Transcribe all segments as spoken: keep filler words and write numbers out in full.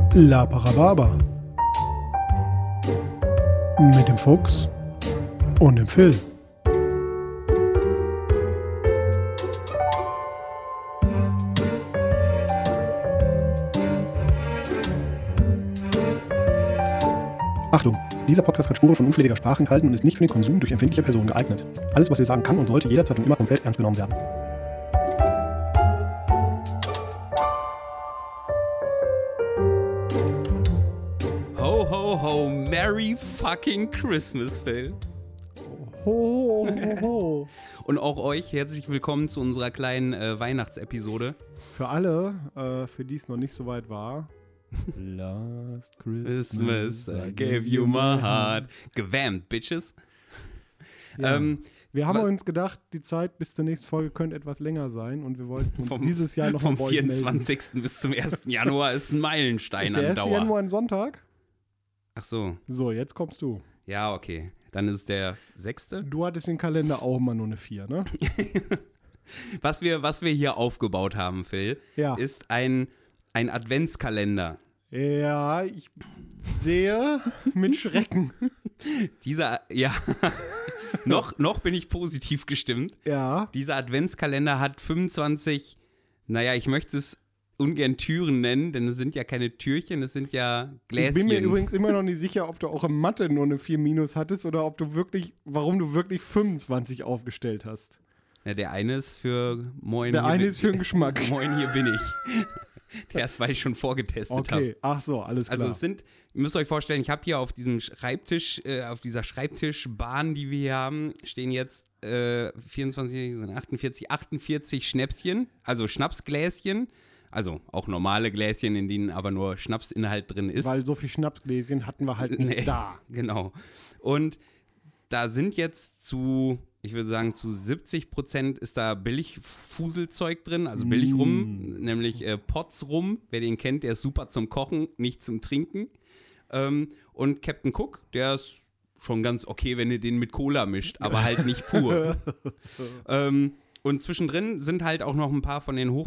La Parababa. Mit dem Fuchs und dem Phil. Achtung! Dieser Podcast hat Spuren von unflätiger Sprache enthalten und ist nicht für den Konsum durch empfindliche Personen geeignet. Alles, was ihr sagen kann und sollte, jederzeit und immer komplett ernst genommen werden. Ho, ho, ho, Merry fucking Christmas, Phil. Ho, ho, ho. Und auch euch herzlich willkommen zu unserer kleinen äh, Weihnachtsepisode. Für alle, äh, für die es noch nicht so weit war. Last Christmas, I gave you my heart. Gewammt, Bitches. Ja. Ähm, wir haben wa- uns gedacht, die Zeit bis zur nächsten Folge könnte etwas länger sein und wir wollten uns vom, dieses Jahr noch Vom mal bei euch melden. vierundzwanzigsten bis zum ersten Januar ist ein Meilenstein Ist der an erste Dauer. Januar ein Sonntag? Ach so, So, jetzt kommst du. ja, okay. Dann ist es der sechste. Du hattest den Kalender auch immer nur eine vier, ne? Was wir, was wir hier aufgebaut haben, Phil, Ja. ist ein, ein Adventskalender. Ja, ich sehe mit Schrecken. Dieser, ja, noch, noch bin ich positiv gestimmt. Ja. Dieser Adventskalender hat fünfundzwanzig, naja, ich möchte es ungern Türen nennen, denn es sind ja keine Türchen, es sind ja Gläschen. Ich bin mir übrigens immer noch nicht sicher, ob du auch in Mathe nur eine vier minus hattest oder ob du wirklich, warum du wirklich fünfundzwanzig aufgestellt hast. Ja, der eine ist für Moin. Der hier eine bin- ist für den Geschmack. Moin, hier bin ich. Der ist, weil ich schon vorgetestet habe. Okay, ach so, alles klar. Also es sind, ihr müsst euch vorstellen, ich habe hier auf diesem Schreibtisch, äh, auf dieser Schreibtischbahn, die wir hier haben, stehen jetzt äh, vierundzwanzig, achtundvierzig, achtundvierzig Schnäpschen, also Schnapsgläschen, also auch normale Gläschen, in denen aber nur Schnapsinhalt drin ist. Weil so viel Schnapsgläschen hatten wir halt nicht Nee, da. Genau. Und da sind jetzt zu, ich würde sagen, zu siebzig Prozent ist da Billigfuselzeug drin, also billig rum, nämlich äh, Potts rum. Wer den kennt, der ist super zum Kochen, nicht zum Trinken. Ähm, und Captain Cook, der ist schon ganz okay, wenn ihr den mit Cola mischt, aber halt nicht pur. ähm, und zwischendrin sind halt auch noch ein paar von den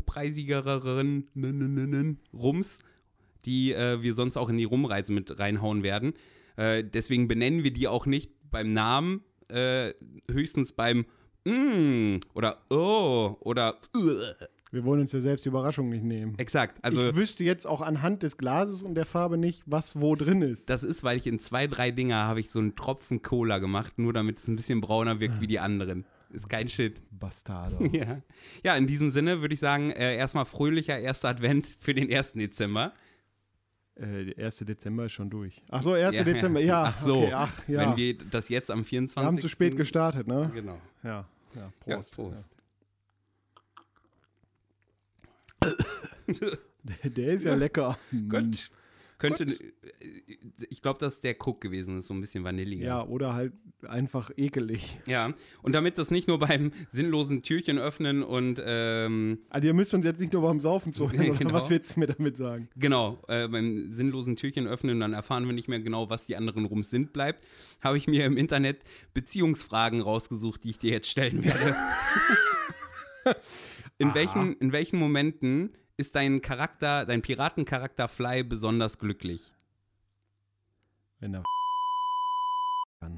hochpreisigeren Rums, die äh, wir sonst auch in die Rumreise mit reinhauen werden. Äh, deswegen benennen wir die auch nicht beim Namen, äh, höchstens beim Mm oder Oh oder uh. Wir wollen uns ja selbst die Überraschung nicht nehmen. Exakt, also ich wüsste jetzt auch anhand des Glases und der Farbe nicht, was wo drin ist. das ist, weil ich in zwei, drei Dinger habe ich so einen Tropfen Cola gemacht, nur damit es ein bisschen brauner wirkt wie die anderen. Ist kein Shit. Bastardo. Ja, ja, in diesem Sinne würde ich sagen, äh, erstmal fröhlicher erster Advent für den ersten Dezember. Äh, der erste Dezember ist schon durch. Ach so, erster Ja, Dezember, ja. Ach so, okay, ach, ja. wenn wir das jetzt am vierundzwanzigsten Wir haben zu spät gestartet, ne? Genau. Ja, ja, Prost. Ja, Prost. Ja. Der, der ist ja lecker. Gut. Könnte, ich glaube, dass der Cook gewesen ist, so ein bisschen vanilliger. Ja, oder halt einfach ekelig. Ja, und damit das nicht nur beim sinnlosen Türchen öffnen und, ähm, Also ihr müsst uns jetzt nicht nur beim Saufen zuhören, oder Genau. was willst du mir damit sagen? genau, äh, beim sinnlosen Türchen öffnen, dann erfahren wir nicht mehr genau, was die anderen Rums sind, bleibt, habe ich mir im Internet Beziehungsfragen rausgesucht, die ich dir jetzt stellen werde. in, Aha. welchen, in welchen Momenten ist dein Charakter, dein Piratencharakter Fly besonders glücklich? Wenn er kann.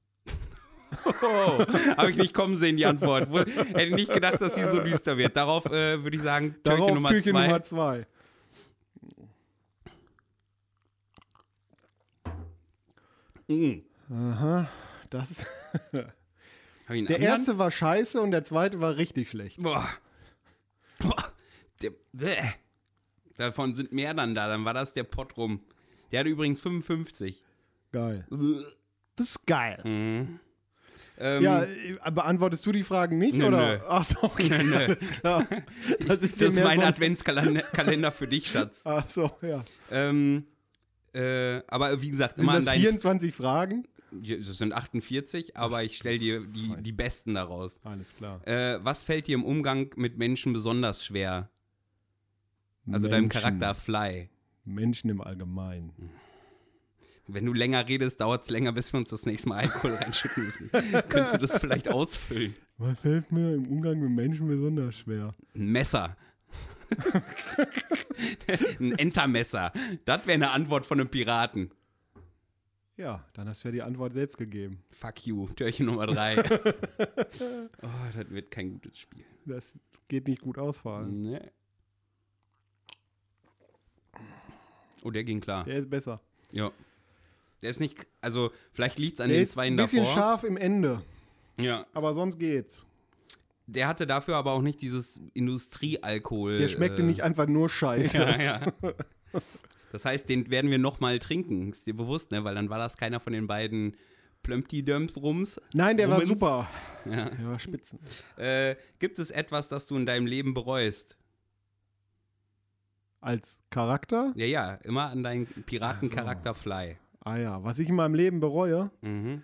Oh, habe ich nicht kommen sehen, die Antwort. Wo, hätte nicht gedacht, dass sie so düster wird. Darauf äh, würde ich sagen, Türchen Darauf Nummer Türchen zwei. Nummer zwei. Mm. Aha, das. Hab ich einen Der anderen? erste war scheiße und der zweite war richtig schlecht. Boah. Boah. Der, bäh. Davon sind mehr dann da. Dann war das der Pott rum. Der hatte übrigens fünfundfünfzig. Geil. Das ist geil. Mhm. Ähm, Ja, äh, beantwortest du die Fragen nicht, Nö, oder? nö. Ach so, okay, Nö, nö. alles klar. das ist ist, ja mehr mein so ein- Adventskalender Kalender für dich, Schatz. Ach so, ja. Ähm, äh, aber wie gesagt, Sind immer an das deinen... vierundzwanzig Fragen? Ja, das sind achtundvierzig, aber ich stelle dir die, die besten daraus. Alles klar. Äh, was fällt dir im Umgang mit Menschen besonders schwer? Also deinem Menschen. Charakter Fly. Menschen im Allgemeinen. Wenn du länger redest, dauert es länger, bis wir uns das nächste Mal Alkohol reinschütten müssen. Könntest du das vielleicht ausfüllen? Was fällt mir im Umgang mit Menschen besonders schwer? Ein Messer. Ein Entermesser. Das wäre eine Antwort von einem Piraten. Ja, dann hast du ja die Antwort selbst gegeben. Fuck you, Türchen Nummer drei. Oh, das wird kein gutes Spiel. Das geht nicht gut ausfallen. Nee. Oh, der ging klar. Der ist besser. Ja. Der ist nicht, also vielleicht liegt es an Der den ist Zweien ein bisschen davor. scharf im Ende, Ja. aber sonst geht's. Der hatte dafür aber auch nicht dieses Industriealkohol. Der schmeckte äh, nicht einfach nur scheiße. Ja, ja. Das heißt, den werden wir nochmal trinken. Ist dir bewusst, ne? Weil dann war das keiner von den beiden Plömpti-Dömpt-Rums. Nein, der war Rummens. super. Ja. Der war spitzen. Äh, gibt es etwas, das du in deinem Leben bereust? Als Charakter? Ja, ja, immer an deinen Piratencharakter Fly. Ah ja, was ich in meinem Leben bereue, Mhm.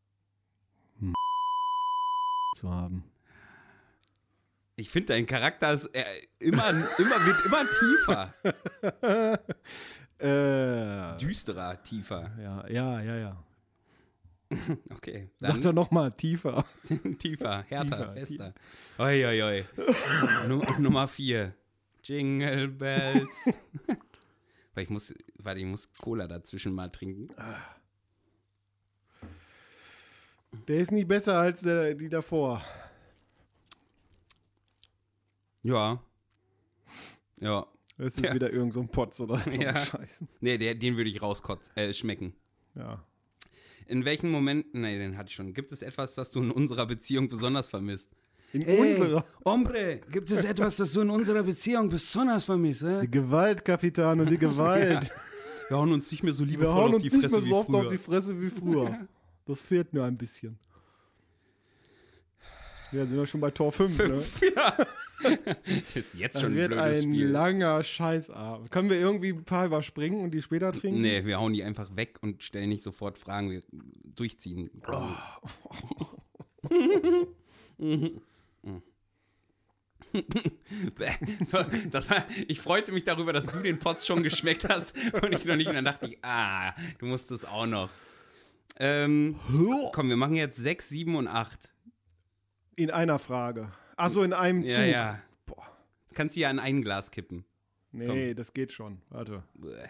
zu haben. Ich finde, dein Charakter ist äh, immer, immer, wird immer tiefer. Äh, Düsterer, tiefer. ja, ja, ja, ja. Okay. Sag Dann doch noch mal tiefer. tiefer, härter, Tiefer, fester. Oi, oi, oi. Num Nummer vier. Jingle Bells. Weil ich muss, warte, ich muss Cola dazwischen mal trinken. Der ist nicht besser als der, die davor. Ja. Ja. Das ist Ja. wieder irgend so ein Potz oder so Ja. ein Scheiß. Nee, der, den würde ich rauskotzen, äh, schmecken. Ja. In welchen Momenten, nee, den hatte ich schon. Gibt es etwas, das du in unserer Beziehung besonders vermisst? In unserer. Hombre, gibt es etwas, das du in unserer Beziehung besonders vermisst? Äh? Die Gewalt, Kapitän, und die Gewalt. Wir hauen uns nicht mehr so Wir liebevoll hauen auf uns die nicht Fresse mehr so oft wie früher. auf die Fresse wie früher. Das fehlt mir ein bisschen. Ja, sind wir schon bei Tor fünf, ne? Ja. Ist jetzt Das schon ein wird blödes ein Spiel. langer Scheißabend. Können wir irgendwie ein paar überspringen und die später trinken? Nee, wir hauen die einfach weg und stellen nicht sofort Fragen. Wir durchziehen. So, das war, ich freute mich darüber, dass du den Potz schon geschmeckt hast und ich noch nicht. Und dann dachte ich, ah, du musst es auch noch. Ähm, komm, wir machen jetzt sechs, sieben und acht. In einer Frage. Achso, in einem Zug. Ja, ja. Boah. Kannst du ja in ein Glas kippen. Nee, das geht schon. Warte. Bäh.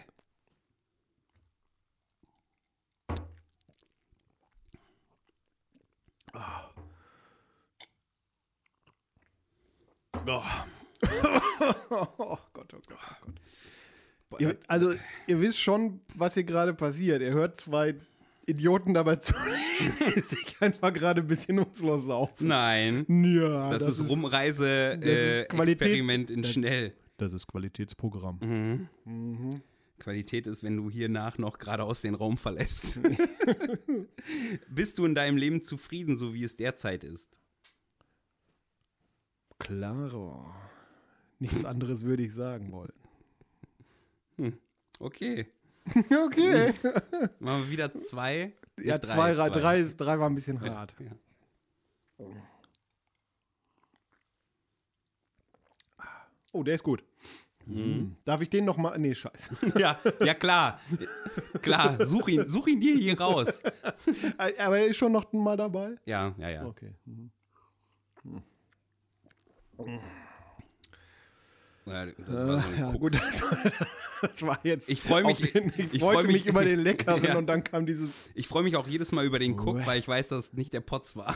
Oh. Oh Gott, oh Gott, oh Gott. Ihr, also, ihr wisst schon, was hier gerade passiert. Ihr hört zwei Idioten dabei zu, die sich einfach gerade ein bisschen nutzlos saufen. Nein. Ja, Das, ist das ist Rumreise-Experiment Qualität- in das- schnell. Das ist Qualitätsprogramm. Mhm. Mhm. Qualität ist, wenn du hiernach noch geradeaus den Raum verlässt. Bist du in deinem Leben zufrieden, so wie es derzeit ist? Klaro. Nichts anderes würde ich sagen wollen. Okay. Okay. Machen wir wieder zwei? Ja, Nicht zwei, drei, drei, ist- drei war ein bisschen Ja, hart. ja. Oh, der ist gut. Mhm. Darf ich den noch mal? Nee, scheiße. Ja, ja, klar. Klar, such ihn, such ihn dir hier raus. Aber er ist schon noch mal dabei? Ja, ja, ja. Okay. Mhm. Ja, das war so ein Ja, Guck. gut, das war, das war jetzt. Ich freu mich- auf Den, ich, ich freute freu mich mich- über den Leckeren Ja. und dann kam dieses. Ich freue mich auch jedes Mal über den Cook, weil ich weiß, dass es nicht der Potz war.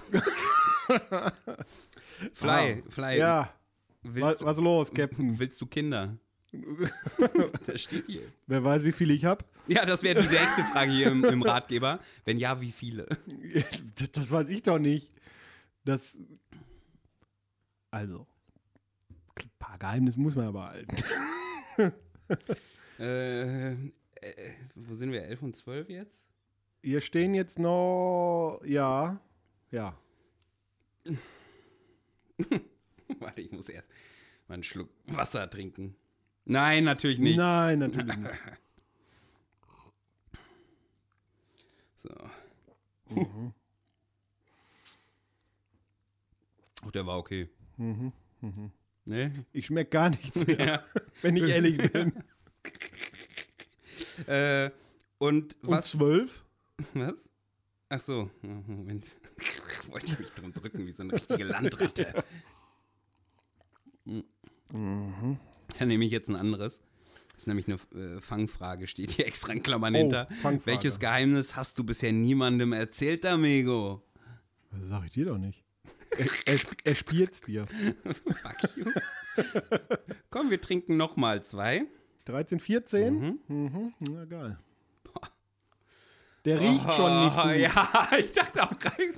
Fly, Fly. Ja, Willst, was, du, was los, Captain? willst du Kinder? Das steht hier. Wer weiß, wie viele ich habe? Ja, das wäre die nächste Frage hier im, im Ratgeber. Wenn ja, wie viele? Das, das weiß ich doch nicht. Das. Also. Ein paar Geheimnisse muss man aber halten. Äh, äh, wo sind wir? elf und zwölf jetzt? Hier stehen jetzt noch. Ja. Ja. Warte, ich muss erst mal einen Schluck Wasser trinken. Nein, natürlich nicht. Nein, natürlich nicht. So. Mhm. Oh, der war okay. Mhm. Mhm. Ne? Ich schmecke gar nichts mehr, Ja. wenn ich ehrlich bin. Äh, und Und was? zwölf? Was? Ach so, oh, Moment. Wollte ich mich drum drücken, wie so eine richtige Landratte. Mhm. Dann nehme ich jetzt ein anderes. Das ist nämlich eine äh, Fangfrage, steht hier extra in Klammern Oh, hinter. Fangfrage. Welches Geheimnis hast du bisher niemandem erzählt, amigo? Das sag ich dir doch nicht. Er, er, er spielt's dir. Fuck you. Komm, wir trinken nochmal zwei. dreizehn, vierzehn? Mhm. Mhm. Na geil. Der riecht oh, schon nicht gut. Ja, ich dachte auch gerade.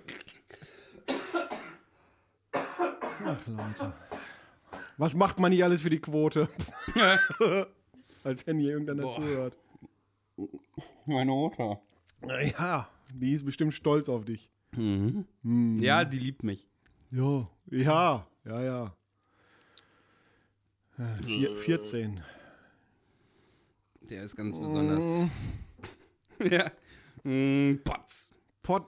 Ach, Leute. Was macht man nicht alles für die Quote? Als wenn hier irgendeiner Boah. zuhört. Meine Mutter. Ja, die ist bestimmt stolz auf dich. Mhm. Mhm. Ja, die liebt mich. Ja, ja, ja, ja. Äh, vier, vierzehn. Der ist ganz besonders. Mm. Ja. Mm, Potz. Pot.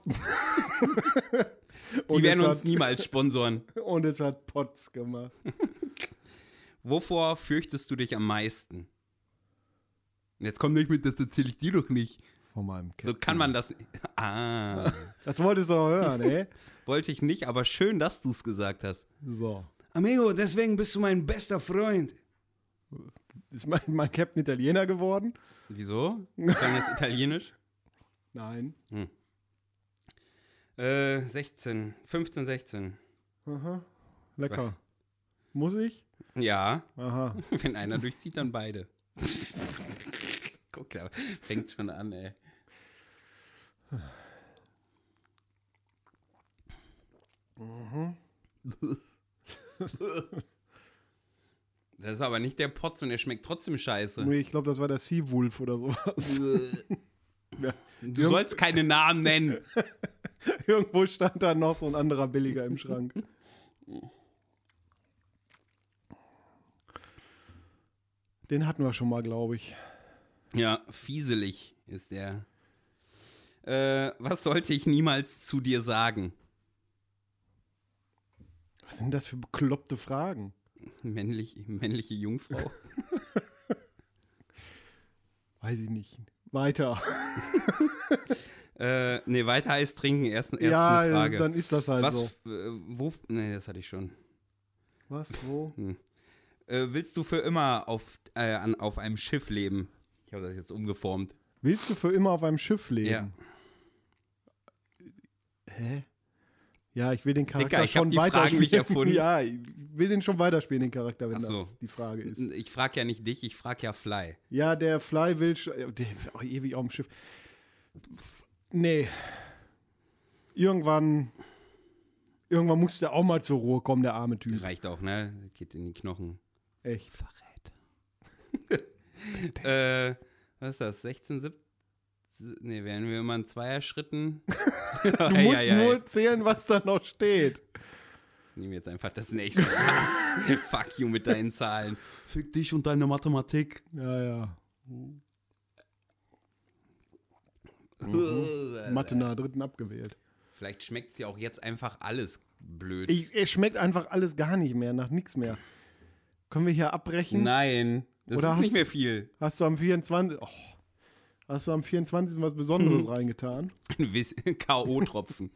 Die werden uns hat, niemals sponsoren. Und es hat Potz gemacht. Wovor fürchtest du dich am meisten? Und jetzt komm nicht mit, das erzähle ich dir doch nicht. Von meinem Captain. So kann man das. Ah. Das wolltest du auch hören, ey. Wollte ich nicht, aber schön, dass du es gesagt hast. So. Amigo, deswegen bist du mein bester Freund. Ist mein, mein Captain Italiener geworden? Wieso? Kann jetzt Italienisch? Nein. Hm. Äh, sechzehn. fünfzehn, sechzehn. Aha. Lecker. Muss ich? Ja. Aha. Wenn einer durchzieht, dann beide. Guck, da fängt schon an, ey. Mhm. Das ist aber nicht der Potz und der schmeckt trotzdem scheiße. Nee, ich glaube, das war der Seawolf oder sowas. Ja. Du Irgend- sollst keine Namen nennen. Irgendwo stand da noch so ein anderer billiger im Schrank. Den hatten wir schon mal, glaube ich. Ja, fieselig ist der. Äh, was sollte ich niemals zu dir sagen? Was sind das für bekloppte Fragen? Männlich, männliche Jungfrau. Weiß ich nicht. Weiter. äh, nee, weiter heißt trinken. Erst, erst ja, eine Frage. dann ist das halt was, so. Äh, wo? Nee, das hatte ich schon. Was? Wo? Hm. Äh, willst du für immer auf, äh, an, auf einem Schiff leben? Ich habe das jetzt umgeformt. Willst du für immer auf einem Schiff leben? Ja. Hä? Ja, ich will den Charakter Dicker, ich schon die weiterspielen. Fragen nicht erfunden. Ja, ich will den schon weiterspielen, den Charakter, wenn Ach so. das die Frage ist. Ich frage ja nicht dich, ich frage ja Fly. Ja, der Fly will sch- der auch ewig auf dem Schiff. Nee. Irgendwann irgendwann muss der auch mal zur Ruhe kommen, der arme Typ. Reicht auch, ne? Geht in die Knochen. Echt. Verrät. äh, was ist das? sechzehn, siebzehn? Ne, wären wir immer in Zweierschritten. Du hey, musst hey, hey. nur zählen, was da noch steht. Nehmen wir jetzt einfach das nächste. Fuck you mit deinen Zahlen. Fick dich und deine Mathematik. Ja, ja. Mhm. Mathe nahe dritten abgewählt. Vielleicht schmeckt es ja auch jetzt einfach alles blöd. Ich, es schmeckt einfach alles gar nicht mehr, nach nichts mehr. Können wir hier abbrechen? Nein, das Oder ist hast nicht du- mehr viel. Hast du am vierundzwanzigsten Oh, hast du am vierundzwanzigsten was Besonderes reingetan? Ein Wiss- K O-Tropfen.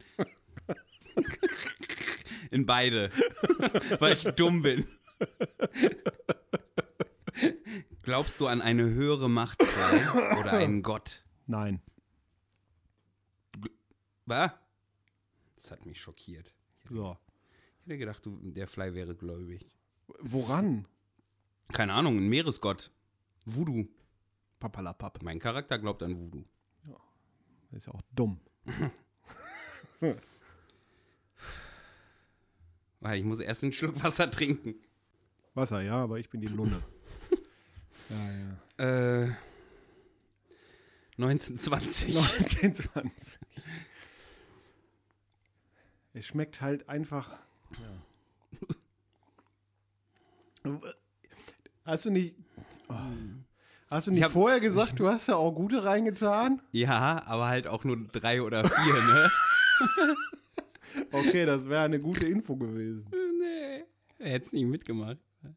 In beide. Weil ich dumm bin. Glaubst du an eine höhere Macht Fly, oder einen Gott? Nein. Was? Das hat mich schockiert. So. Ich hätte gedacht, du, der Fly wäre gläubig. Woran? Keine Ahnung, ein Meeresgott. Voodoo. Papalapap. Mein Charakter glaubt an Voodoo. Ist ja auch dumm. Weil ich muss erst einen Schluck Wasser trinken. Wasser, ja, aber ich bin die Lunde. ja, ja. Äh, neunzehn zwanzig. neunzehn zwanzig. Es schmeckt halt einfach. Ja. Hast du nicht. Oh. Hast du nicht hab- vorher gesagt, du hast ja auch gute reingetan? Ja, aber halt auch nur drei oder vier, ne? Okay, das wäre eine gute Info gewesen. Nee. Er hätte es nicht mitgemacht.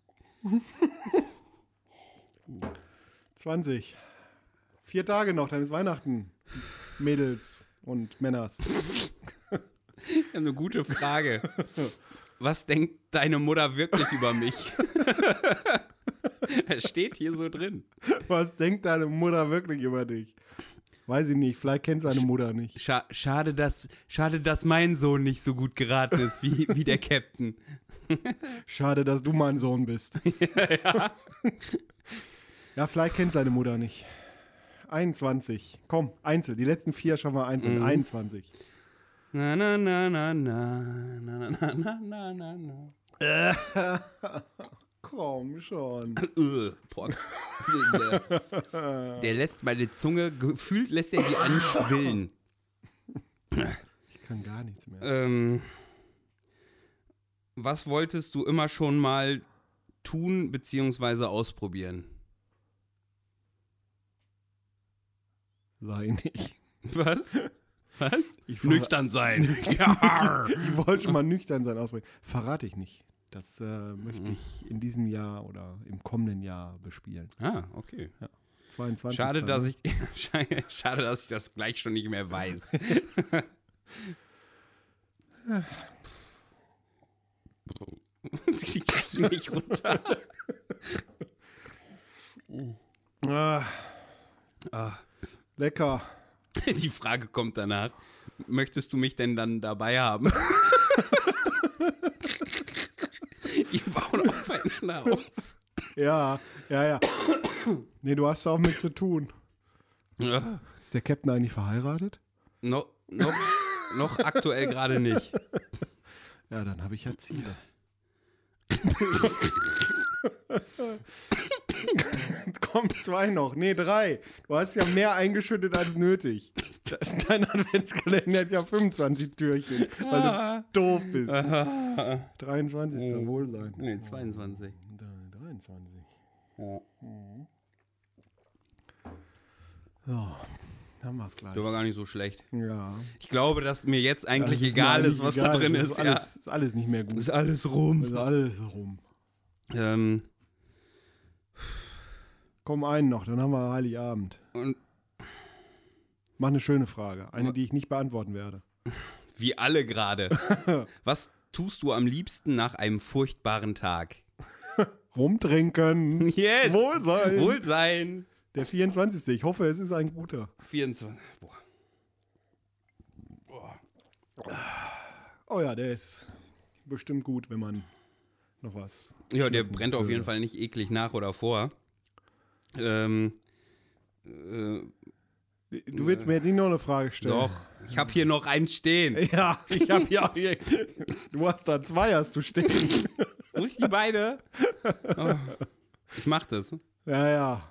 zwanzig. Vier Tage noch, dann ist Weihnachten. Mädels und Männers. Ich habe eine gute Frage. Was denkt deine Mutter wirklich über mich? Das steht hier so drin. Was denkt deine Mutter wirklich über dich? Weiß ich nicht, vielleicht kennt seine Mutter nicht. Scha- schade, dass, schade, dass mein Sohn nicht so gut geraten ist wie, wie der Captain. Schade, dass du mein Sohn bist. Ja. Ja, vielleicht kennt seine Mutter nicht. einundzwanzig. Komm, Einzel. Die letzten vier schauen wir einzeln. Mhm. einundzwanzig. Na, na, na, na, na, na, na, na, na, na, na. Komm schon. Äh, boah. Der lässt meine Zunge, gefühlt lässt er die anschwillen. Ich kann gar nichts mehr. Ähm, was wolltest du immer schon mal tun bzw. ausprobieren? Sei nicht. Was? Was? Ich Nüchtern sein. Ja. Ich wollte schon mal nüchtern sein ausprobieren. Verrate ich nicht. Das äh, möchte ich in diesem Jahr oder im kommenden Jahr bespielen. Ah, okay. Ja. zweiundzwanzig. Schade, dass ich, schade, dass ich das gleich schon nicht mehr weiß. Ich kriege nicht runter. Ah, Ah. lecker. Die Frage kommt danach. Möchtest du mich denn dann dabei haben? Die bauen aufeinander auf. Ja, ja, ja. Nee, du hast auch mit zu tun. Ja. Ist der Captain eigentlich verheiratet? No, noch, noch aktuell gerade nicht. Ja, dann habe ich ja Ziele. Kommt zwei noch. Nee, drei. Du hast ja mehr eingeschüttet als nötig. Das, dein Adventskalender hat ja fünfundzwanzig Türchen, weil du doof bist. dreiundzwanzig soll wohl sein. Nee, zweiundzwanzig. dreiundzwanzig. Ja. So, haben wir es gleich. Der war gar nicht so schlecht. Ja. Ich glaube, dass mir jetzt eigentlich Das ist egal mir ist, was egal. da drin Das ist. ist alles, ist alles nicht mehr gut. Ja. Ist alles rum. Ist alles rum. Ähm, Komm, einen noch, dann haben wir Heiligabend. und Mach eine schöne Frage. Eine, die ich nicht beantworten werde. wie alle gerade. Was tust du am liebsten nach einem furchtbaren Tag? Rumtrinken. Yes! Wohlsein. Wohlsein! Der vierundzwanzigste. Ich hoffe, es ist ein guter. vierundzwanzig. Boah. Boah. Oh ja, der ist bestimmt gut, wenn man noch was. Ja, der schmecken brennt auf jeden würde. Fall nicht eklig nach oder vor. Ähm, äh, Du willst mir jetzt nicht noch eine Frage stellen. doch, ich habe hier noch einen stehen. Ja, ich habe ja auch hier. Du hast da zwei, hast du stehen. Muss ich die beide? Oh, ich mach das. Ja, ja.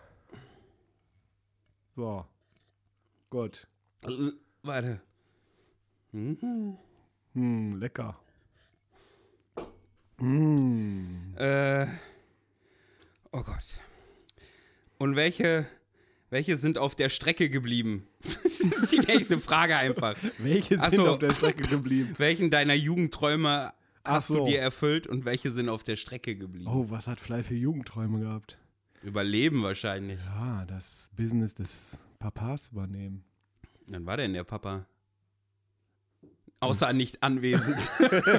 So. Gut. Äh, Warte. Mhm. Hm, lecker. Hm. Äh, oh Gott. Und welche, welche sind auf der Strecke geblieben? Das ist die nächste Frage einfach. Welche Ach sind so. auf der Strecke geblieben? Welchen deiner Jugendträume Ach hast so. du dir erfüllt und welche sind auf der Strecke geblieben? Oh, was hat Fly für Jugendträume gehabt? Überleben wahrscheinlich. Ja, das Business des Papas übernehmen. Wann war denn der Papa? Außer nicht anwesend.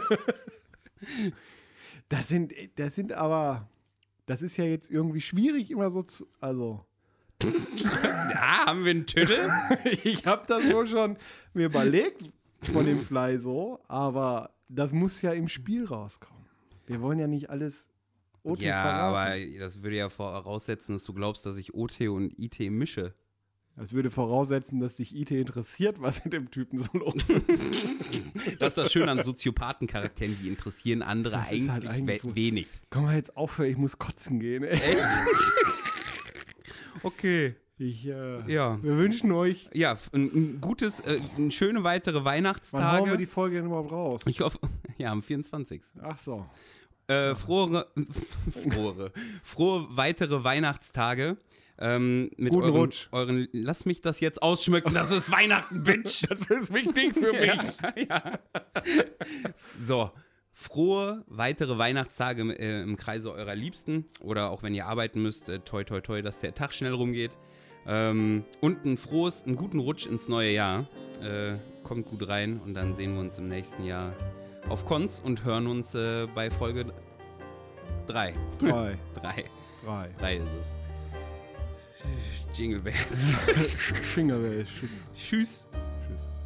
Das sind, das sind aber, das ist ja jetzt irgendwie schwierig immer so zu, also. Ja, haben wir einen Tüdel? Ich habe das wohl schon mir überlegt von dem Fly so, aber das muss ja im Spiel rauskommen. Wir wollen ja nicht alles O T Ja, verraten. aber das würde ja voraussetzen, dass du glaubst, dass ich O T und I T mische. Das würde voraussetzen, dass dich I T interessiert, was mit dem Typen so los ist. Das ist das Schöne an Soziopathencharakteren, die interessieren andere Das eigentlich, ist halt eigentlich we wohl- wenig. Komm mal jetzt aufhören, ich muss kotzen gehen. Ey. Okay. Ich, äh, Ja. Wir wünschen euch, Ja, f- ein, ein gutes, äh, eine schöne weitere wann hauen wir Weihnachtstage. die Folge denn überhaupt raus? Ich hoffe, ja, am vierundzwanzigsten Ach so. Äh, frohe, frohe, frohe weitere Weihnachtstage. Ähm, mit Guten euren, Rutsch. euren, lass mich das jetzt ausschmücken, das ist Weihnachten, Bitch. Das ist wichtig für mich. Ja, ja. So, frohe weitere Weihnachtstage äh, im Kreise eurer Liebsten oder auch wenn ihr arbeiten müsst, äh, toi toi toi, dass der Tag schnell rumgeht. Ähm, und ein frohes, einen guten Rutsch ins neue Jahr. Äh, kommt gut rein und dann sehen wir uns im nächsten Jahr auf Cons und hören uns äh, bei Folge drei. Drei. drei. Drei. Drei ist es. Jingle Bells. Jingle Bells. Tschüss. Tschüss. Tschüss.